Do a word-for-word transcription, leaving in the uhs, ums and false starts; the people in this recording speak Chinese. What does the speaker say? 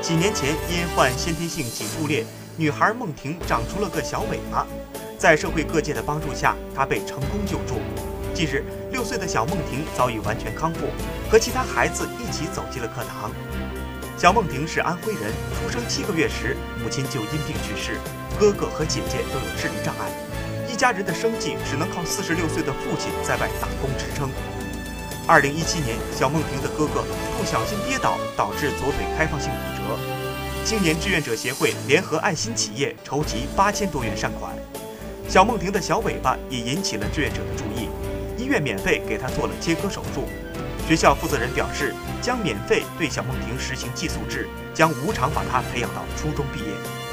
几年前因患先天性颈部裂，女孩孟婷长出了个小尾巴。在社会各界的帮助下，她被成功救助。近日，六岁的小孟婷早已完全康复，和其他孩子一起走进了课堂。小孟婷是安徽人，出生七个月时，母亲就因病去世，哥哥和姐姐都有智力障碍，一家人的生计只能靠四十六岁的父亲在外打工支撑。二零一七年，小孟婷的哥哥不小心跌倒，导致左腿开放性骨折。青年志愿者协会联合爱心企业筹集八千多元善款。小孟婷的小尾巴也引起了志愿者的注意，医院免费给她做了切割手术。学校负责人表示，将免费对小孟婷实行寄宿制，将无偿把她培养到初中毕业。